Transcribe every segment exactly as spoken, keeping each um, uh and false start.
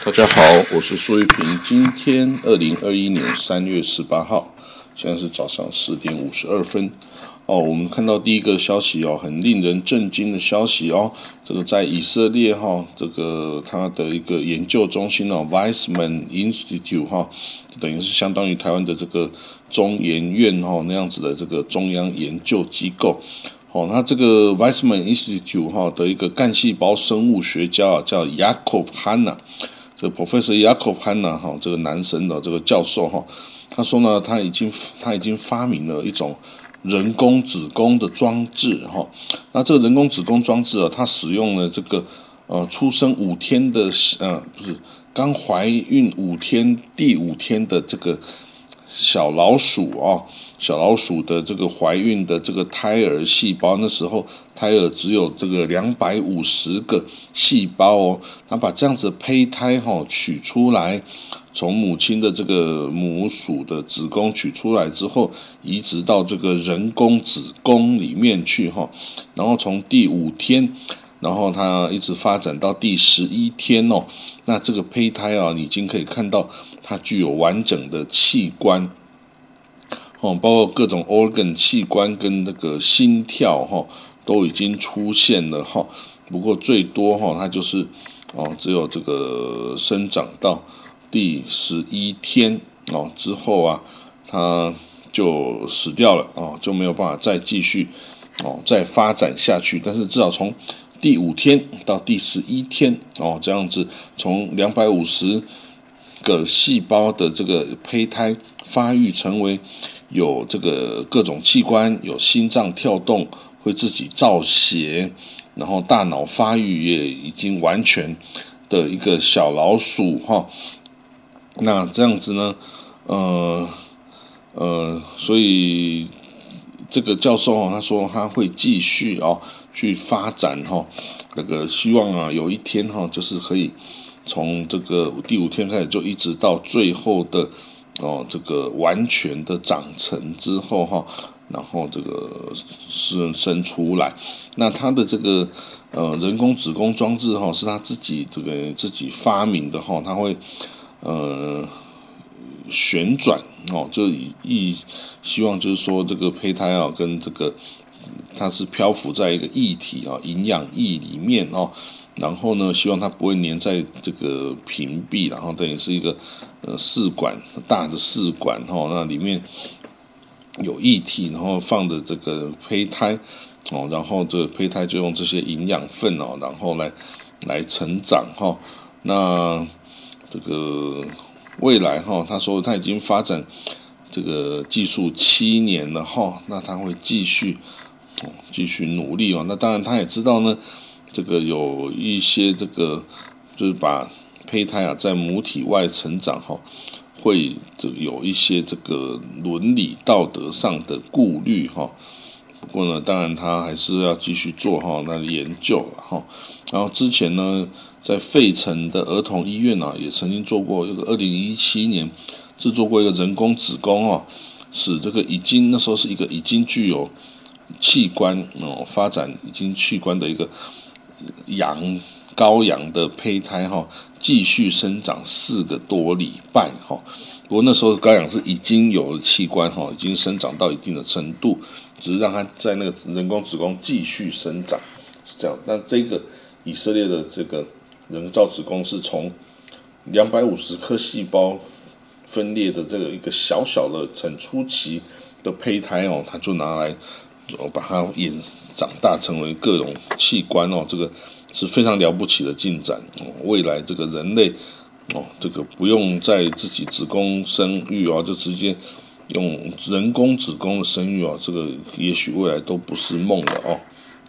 大家好，我是苏玉平。今天二零二一年三月十八号，现在是早上十点五十二分。哦，我们看到第一个消息哦，很令人震惊的消息哦。这个在以色列哈、哦，这个它的一个研究中心哦 ，Weizmann Institute 哈、哦，等于是相当于台湾的这个中研院哈、哦、那样子的这个中央研究机构。哦，那这个 Weizmann Institute 哈、哦、的一个干细胞生物学家啊，叫 Yaakov Hanna。这个 Professor Yaakov Hanna 哈，这个男生的这个教授哈，他说呢，他已经他已经发明了一种人工子宫的装置哈。那这个人工子宫装置啊，它使用了这个呃出生五天的呃不是刚怀孕五天第五天的这个小老鼠哦，小老鼠的这个怀孕的这个胎儿细胞，那时候胎儿只有这个两百五十个细胞哦，他把这样子的胚胎哈、哦、取出来，从母亲的这个母鼠的子宫取出来之后，移植到这个人工子宫里面去哈、哦，然后从第五天。然后它一直发展到第十一天哦，那这个胚胎啊，已经可以看到它具有完整的器官，哦，包括各种 organ 器官跟那个心跳哈、哦，都已经出现了哈、哦。不过最多哈、哦，它就是哦，只有这个生长到第十一天哦之后啊，它就死掉了哦，就没有办法再继续哦再发展下去。但是至少从第五天到第十一天哦，这样子从两百五十个细胞的这个胚胎发育成为有这个各种器官，有心脏跳动，会自己造血，然后大脑发育也已经完全的一个小老鼠哈。那这样子呢，呃呃，所以这个教授哦，他说他会继续哦。去发展哈、哦，这个希望啊，有一天哈、哦，就是可以从这个第五天开始，就一直到最后的哦，这个完全的长成之后哈、哦，然后这个生生出来。那他的这个呃人工子宫装置哈、哦，是他自己这个自己发明的哈、哦，他会呃旋转哦，就以希望就是说这个胚胎啊跟这个。它是漂浮在一个液体啊，营养液里面哦，然后呢，希望它不会粘在这个屏蔽，然后等于是一个呃试管大的试管哈、哦，那里面有液体，然后放着这个胚胎哦，然后这个胚胎就用这些营养分哦，然后来来成长哈、哦。那这个未来哈、哦，他说他已经发展这个技术七年了哈、哦，那他会继续。继续努力哦，那当然他也知道呢，这个有一些这个就是把胚胎啊在母体外成长哈、哦，会有一些这个伦理道德上的顾虑哈、哦。不过呢，当然他还是要继续做哈、哦、那研究了哈、哦。然后之前呢，在费城的儿童医院啊，也曾经做过一个二零一七年制作过一个人工子宫哦，使这个已经那时候是一个已经具有器官哦，发展已经器官的一个羊羔羊的胚胎哈、哦，继续生长四个多礼拜哈、哦。不过那时候羔羊是已经有了器官哈、哦，已经生长到一定的程度，只是让它在那个人工子宫继续生长是这样。那这个以色列的这个人造子宫是从两百五十颗细胞分裂的这个一个小小的很初期的胚胎哦，它就拿来。哦，把它演长大成为各种器官哦，这个是非常了不起的进展哦。未来这个人类哦，这个不用在自己子宫生育哦，就直接用人工子宫的生育哦，这个也许未来都不是梦了哦。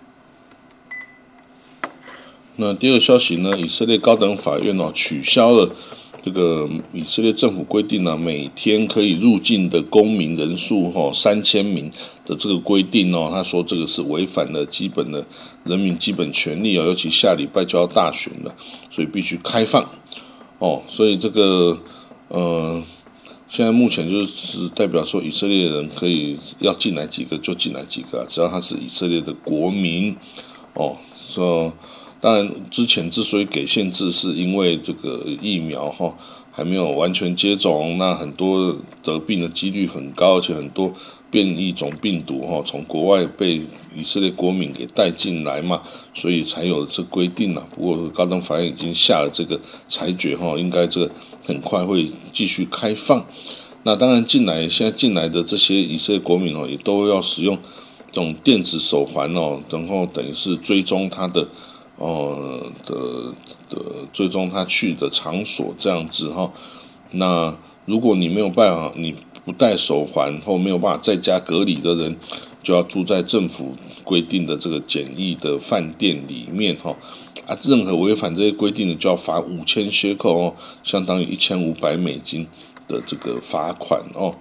那第二个消息呢，以色列高等法院哦取消了。这个以色列政府规定呢、啊，每天可以入境的公民人数哈三千名的这个规定哦，他说这个是违反了基本的人民基本权利哦，尤其下礼拜就要大选了，所以必须开放哦，所以这个呃，现在目前就是代表说以色列人可以要进来几个就进来几个、啊，只要他是以色列的国民哦，说当然之前之所以给限制，是因为这个疫苗哈还没有完全接种，那很多得病的几率很高，而且很多变异种病毒哈从国外被以色列国民给带进来嘛，所以才有这规定啊。不过高等法院已经下了这个裁决哈，应该这个很快会继续开放。那当然进来现在进来的这些以色列国民哦，也都要使用这种电子手环哦，然后等于是追踪他的哦的的追踪他去的场所这样子哈。那如果你没有办法，你不戴手环或没有办法在家隔离的人，就要住在政府规定的这个检疫的饭店里面哈。啊，任何违反这些规定的就要罚五千谢克哦，相当于一千五百美金的这个罚款哦。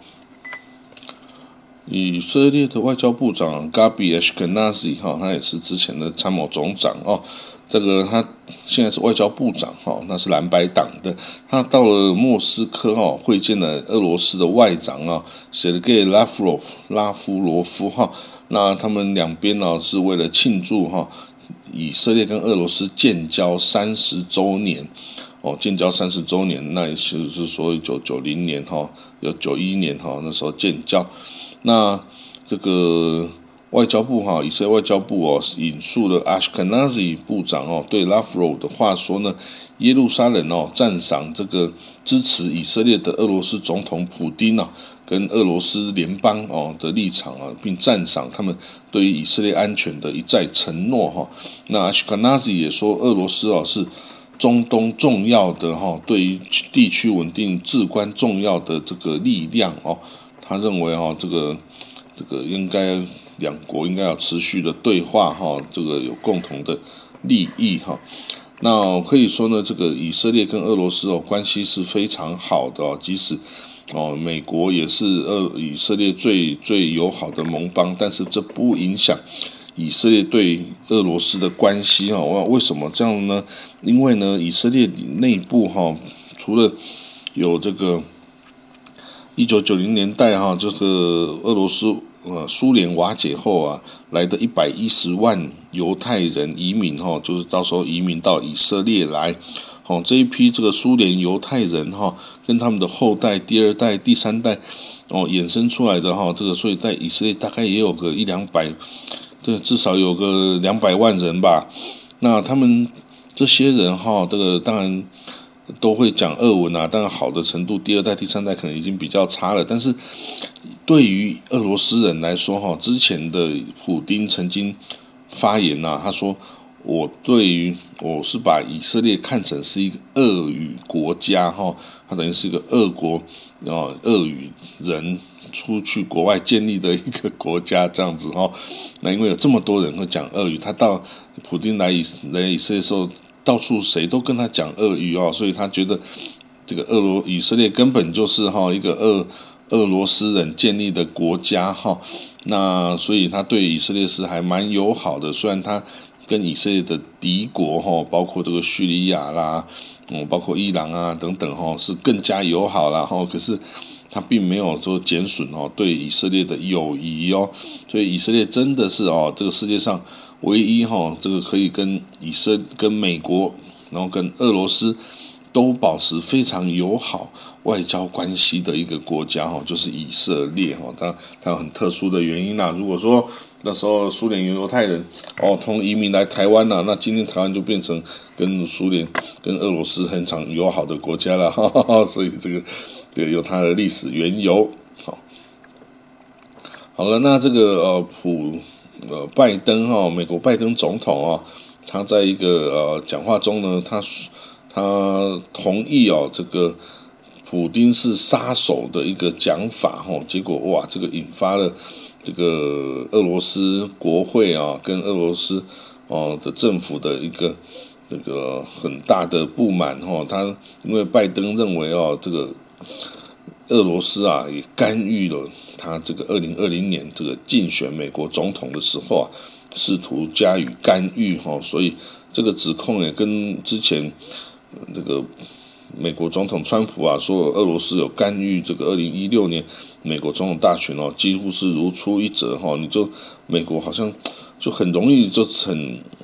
以色列的外交部长 Gabi Ashkenazi 哈，他也是之前的参谋总长哦。这个他现在是外交部长哈，那是蓝白党的。他到了莫斯科哈，会见了俄罗斯的外长啊 Sergei Lavrov 拉夫罗夫哈。那他们两边呢是为了庆祝哈以色列跟俄罗斯建交三十周年哦，建交三十周年，那也就是说一九九零年哈，有九一年哈，那时候建交。那这个外交部哈，以色列外交部哦，引述了 Ashkenazi 部长哦对 Lavrov 的话说呢，耶路撒冷哦赞赏这个支持以色列的俄罗斯总统普丁啊，跟俄罗斯联邦哦的立场啊，并赞赏他们对于以色列安全的一再承诺哈。那 Ashkenazi 也说，俄罗斯哦是中东重要的哈，对于地区稳定至关重要的这个力量哦。他认为哈，这个这个应该两国应该要持续的对话哈，这个有共同的利益哈。那可以说呢，这个以色列跟俄罗斯哦关系是非常好的哦，即使哦美国也是俄以色列最最友好的盟邦，但是这不影响以色列对俄罗斯的关系哈。为什么这样呢？因为呢，以色列内部哈，除了有这个一九九零年代哈，这个俄罗斯呃苏联瓦解后啊，来的一百一十万犹太人移民哈，就是到时候移民到以色列来，哦这一批这个苏联犹太人哈，跟他们的后代、第二代、第三代哦衍生出来的哈，这个所以在以色列大概也有个一两百，对，至少有个两百万人吧。那他们这些人哈，这个当然都会讲俄文啊，当然好的程度，第二代、第三代可能已经比较差了。但是对于俄罗斯人来说，哈，之前的普丁曾经发言啊，他说：“我对于我是把以色列看成是一个俄语国家，哈，它等于是一个俄国哦，俄语人出去国外建立的一个国家这样子哈。那因为有这么多人会讲俄语，他到普丁来以来以色列的时候，到处谁都跟他讲俄语哦，所以他觉得这个俄罗以色列根本就是哈一个俄俄罗斯人建立的国家哈。那所以他对以色列是还蛮友好的，虽然他跟以色列的敌国哈，包括这个叙利亚啦，嗯，包括伊朗啊等等哈，是更加友好啦哈。可是他并没有说减损哦对以色列的友谊哦，所以以色列真的是哦这个世界上唯一哈这个可以跟以色跟美国，然后跟俄罗斯都保持非常友好外交关系的一个国家哈，就是以色列哈。它它有很特殊的原因啦。如果说那时候苏联犹太人哦从移民来台湾啦，那今天台湾就变成跟苏联跟俄罗斯很常友好的国家了，哈哈哈。所以这个这个有它的历史缘由。好，好了，那这个呃普呃拜登哈、哦，美国拜登总统啊、哦，他在一个呃讲话中呢，他他同意哦这个普丁是杀手的一个讲法哈、哦，结果哇这个引发了这个俄罗斯国会啊跟俄罗斯哦的政府的一个这个很大的不满哈、哦，他因为拜登认为哦这个俄罗斯啊也干预了他这个二零二零年这个竞选美国总统的时候啊，试图加以干预哈、哦，所以这个指控也跟之前这个美国总统川普啊说俄罗斯有干预这个二零一六年美国总统大选哦，几乎是如出一辙哈、哦。你就美国好像就很容易就很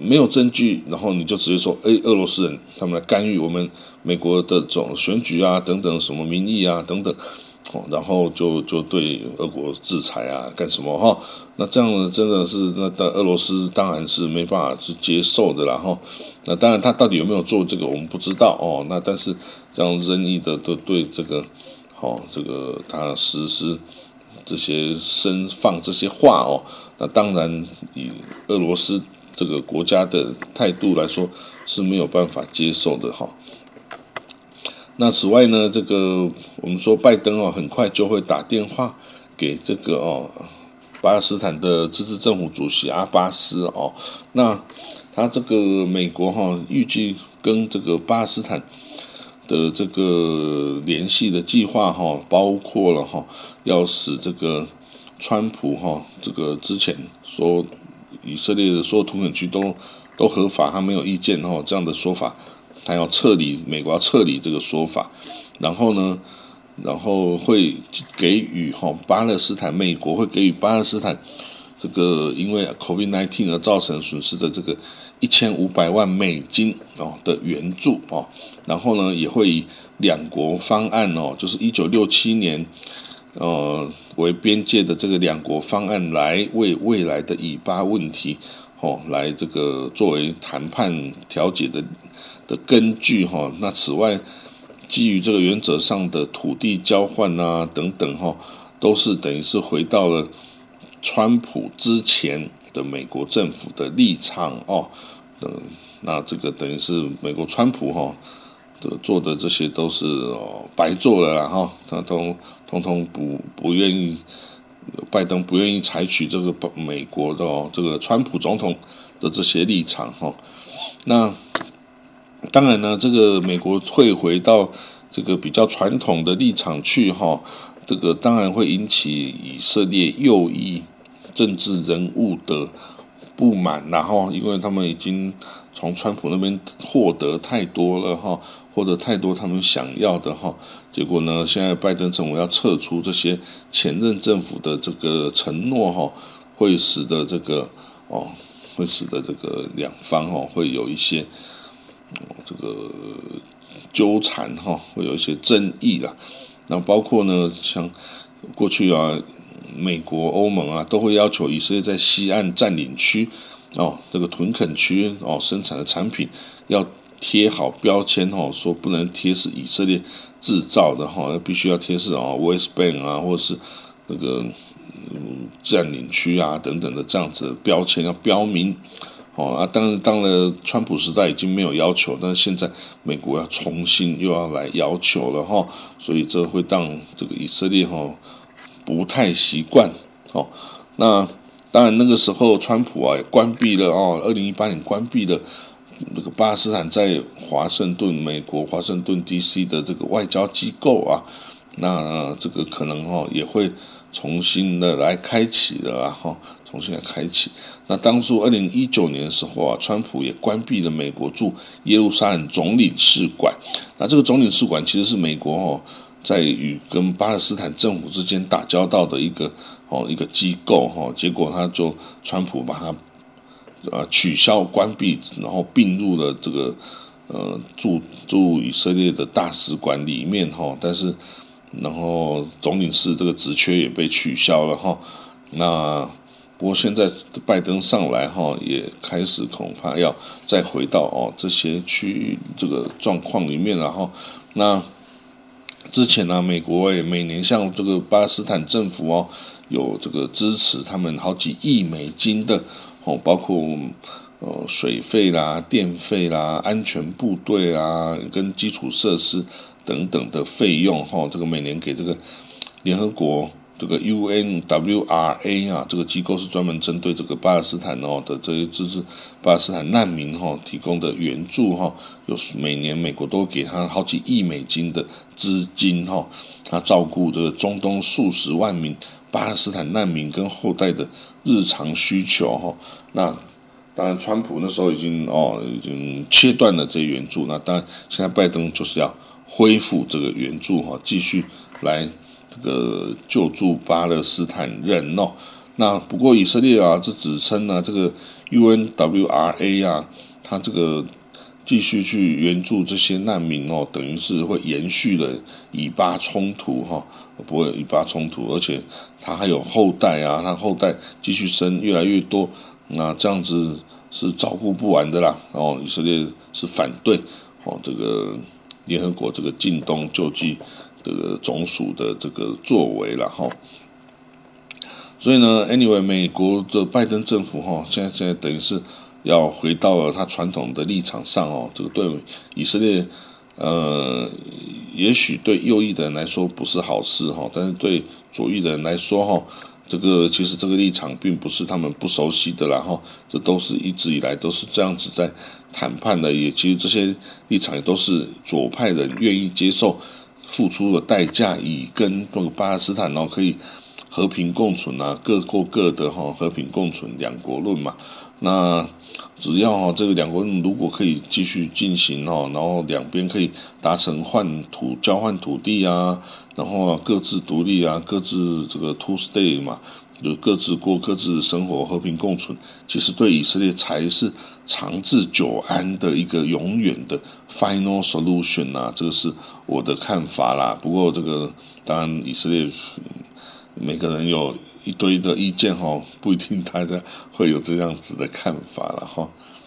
没有证据，然后你就直接说，哎，俄罗斯人他们来干预我们美国的这种选举啊，等等什么民意啊，等等，哦，然后就就对俄国制裁啊，干什么哈？那这样呢，真的是那的俄罗斯当然是没办法去接受的啦哈。那当然他到底有没有做这个我们不知道哦。那但是这样任意的都对这个，哦，这个他实施这些声放这些话哦，那当然以俄罗斯这个国家的态度来说是没有办法接受的哈。那此外呢，这个我们说拜登哦，很快就会打电话给这个哦巴勒斯坦的自治政府主席阿巴斯哦，那他这个美国哈、哦、预计跟这个巴勒斯坦的这个联系的计划哈、哦，包括了哈、哦、要使这个川普哈、哦、这个之前说以色列的所有土垦区都都合法，他没有意见哈、哦、这样的说法。他要撤离，美国要撤离这个说法，然后呢，然后会给予哈巴勒斯坦，美国会给予巴勒斯坦这个因为 COVID 十九 而造成损失的这个一千五百万美金哦的援助哦，然后呢也会以两国方案哦，就是一九六七年呃为边界的这个两国方案来为未来的以巴问题哦来这个作为谈判调解的。的根据哈，那此外，基于这个原则上的土地交换啊等等哈，都是等于是回到了川普之前的美国政府的立场哦。嗯，那这个等于是美国川普哈的做的这些都是哦白做了啦哈，他通通通不不愿意，拜登不愿意采取这个美国的哦这个川普总统的这些立场哈，那。当然呢，这个美国退回到这个比较传统的立场去哈，这个当然会引起以色列右翼政治人物的不满，然后因为他们已经从川普那边获得太多了哈，获得太多他们想要的哈，结果呢，现在拜登政府要撤出这些前任政府的这个承诺哈，会使得这个哦，会使得这个两方哈会有一些。这个纠缠哈，会有一些争议啦。那包括呢，像过去啊，美国、欧盟啊，都会要求以色列在西岸占领区哦，这个屯垦区哦生产的产品要贴好标签哦，说不能贴是以色列制造的哈，必须要贴是哦 West Bank 啊，或是那个嗯占领区啊等等的这样子的标签要标明。哦啊，当然，当了川普时代已经没有要求，但是现在美国要重新又要来要求了哈，所以这会让这个以色列哈不太习惯哦。那当然那个时候川普啊也关闭了哦，二零一八年关闭了这个巴勒斯坦在华盛顿美国华盛顿 D C 的这个外交机构啊，那这个可能哈也会重新的来开启了哈。重新来开启。那当初二零一九年的时候啊，川普也关闭了美国驻耶路撒冷总领事馆。那这个总领事馆其实是美国哦，在与跟巴勒斯坦政府之间打交道的一个哦一个机构哈。结果他就川普把它呃取消关闭，然后并入了这个呃驻驻以色列的大使馆里面哈。但是然后总领事这个职缺也被取消了哈。那不过现在拜登上来哈，也开始恐怕要再回到哦这些区域这个状况里面，然后那之前呢、啊，美国也每年向这个巴勒斯坦政府哦有这个支持他们好几亿美金的哦，包括呃水费啦、电费啦、安全部队啊跟基础设施等等的费用哈，这个每年给这个联合国。这个 U N W R A 啊，这个机构是专门针对这个巴勒斯坦哦的这些支持巴勒斯坦难民哈、哦、提供的援助哈、哦，有每年美国都给他好几亿美金的资金哈、哦，他照顾这个中东数十万名巴勒斯坦难民跟后代的日常需求哈、哦。那当然，川普那时候已经哦已经切断了这些援助，那当然现在拜登就是要恢复这个援助哈、哦，继续来。这个救助巴勒斯坦人哦，那不过以色列啊，这指称呢、啊，这个 U N W R A 啊，它这个继续去援助这些难民哦，等于是会延续了以巴冲突哈、哦，不会以巴冲突，而且它还有后代啊，它后代继续生越来越多，那这样子是照顾不完的啦。哦，以色列是反对哦这个联合国这个近东救济这个总署的这个作为了哈。所以呢 ，anyway， 美国的拜登政府哈，现在现在等于是要回到了他传统的立场上哦，这个对以色列，呃，也许对右翼的人来说不是好事哈，但是对左翼的人来说哈，这个其实这个立场并不是他们不熟悉的啦哈，这都是一直以来都是这样子在谈判的，也其实这些立场也都是左派人愿意接受付出的代价，以跟那个巴勒斯坦然后可以和平共存啊，各过各的哈，和平共存两国论嘛。那只要哈这个两国论如果可以继续进行哈，然后两边可以达成换土交换土地啊，然后各自独立啊，各自这个 two state 嘛，就各自过各自的生活，和平共存，其实对以色列才是长治久安的一个永远的 final solution 啊，这个是我的看法啦。不过这个当然以色列每个人有一堆的意见哈，不一定大家会有这样子的看法了哈。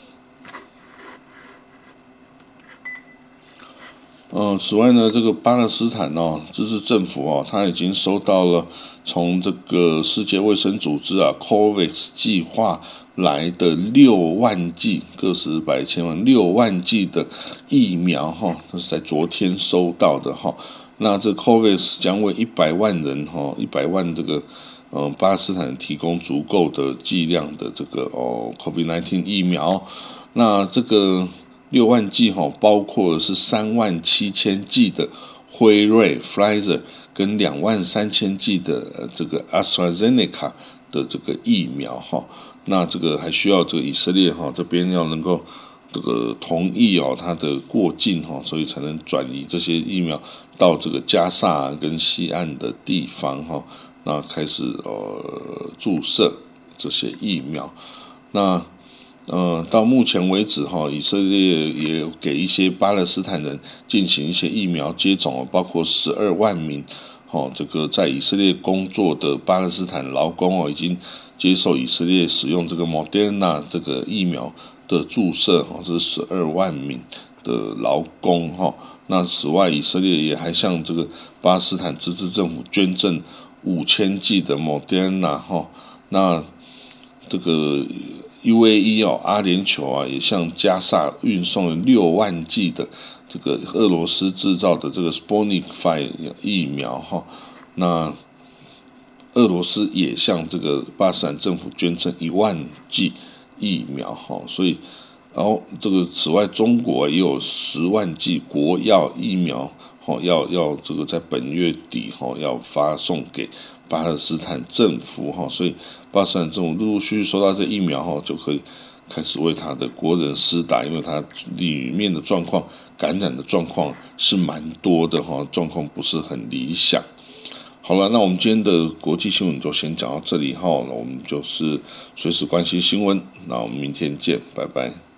呃，此外呢，这个巴勒斯坦哦，自治政府哦，他已经收到了从这个世界卫生组织啊 COVAX 计划来的六万剂，个十百千万六万剂的疫苗哈，这是在昨天收到的哈。那这 COVAX 将为一百万人哈，一百万这个呃巴勒斯坦提供足够的剂量的这个哦 COVID 十九 疫苗。那这个六万剂哈，包括的是三万七千剂的辉瑞 Pfizer 跟两万三千剂的这个 AstraZeneca 的这个疫苗哈。那这个还需要这个以色列哈这边要能够这个同意哦，它的过境哈，所以才能转移这些疫苗到这个加萨跟西岸的地方哈，那开始呃注射这些疫苗。那呃到目前为止哈，以色列也给一些巴勒斯坦人进行一些疫苗接种，包括十二万名哦，这个在以色列工作的巴勒斯坦劳工哦，已经接受以色列使用这个 Moderna 这个疫苗的注射哈，这是十二万名的劳工哈。那此外，以色列也还向这个巴勒斯坦自治政府捐赠五千剂的 Moderna 哈。那这个 U A E 哦，阿联酋啊，也向加萨运送了六万剂的这个俄罗斯制造的这个 Sputnik 五 疫苗哈。那俄罗斯也向这个巴勒斯坦政府捐赠一万剂疫苗哈，所以，然后这个此外，中国也有十万剂国药疫苗哈，要要这个在本月底哈要发送给巴勒斯坦政府哈，所以巴勒斯坦政府陆陆续续收到这疫苗哈，就可以开始为他的国人施打，因为他里面的状况感染的状况是蛮多的哈，状况不是很理想。好了，那我们今天的国际新闻就先讲到这里哈，那我们就是随时关心新闻，那我们明天见，拜拜。